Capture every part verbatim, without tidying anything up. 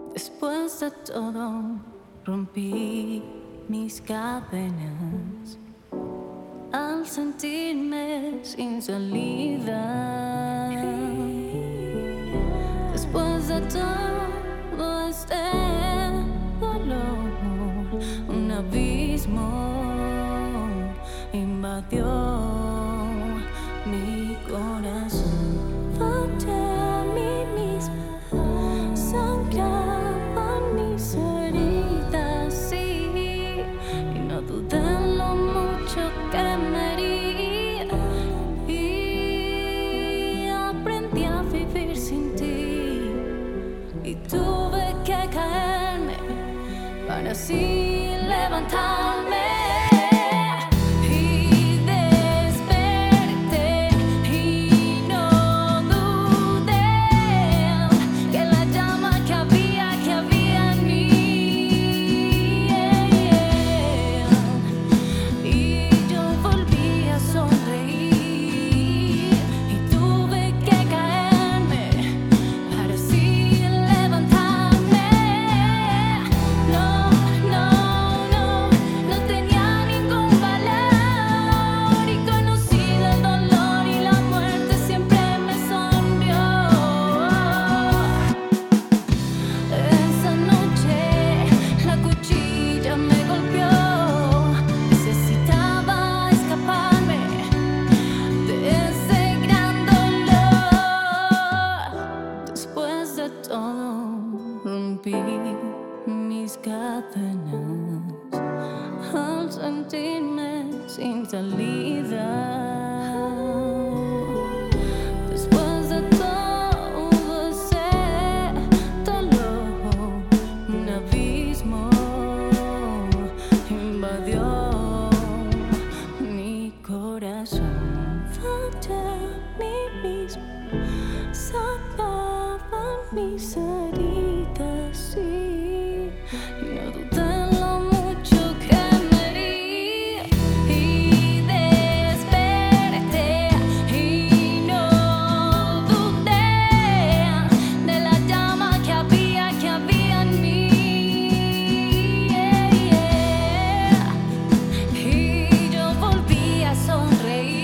Después de todo, rompí mis cadenas al sentirme sin salida. Después de todo este dolor, un abismo invadió mi corazón. Fallé a mí misma, sangraban mis heridas, sí, y no dudé en lo mucho que me hería, y aprendí a vivir sin ti, y tuve que caerme para así levantarme. Rompí mis cadenas al sentirme sin salida. Después de todo ese dolor, un abismo invadió mi corazón. Fallé a mí mismo, sacaban mis heridas, sí, y no dudé en lo mucho que me hería, y desperté y no dudé de la llama que había, que había en mí, yeah, yeah. Y yo volví a sonreír.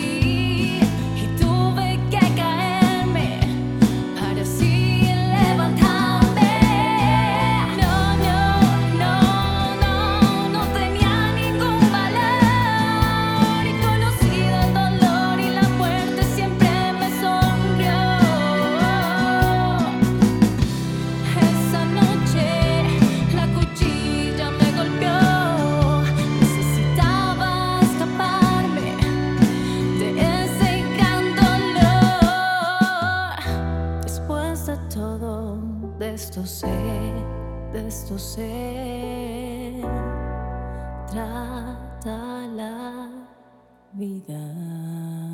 De esto sé, de esto sé, trata la vida.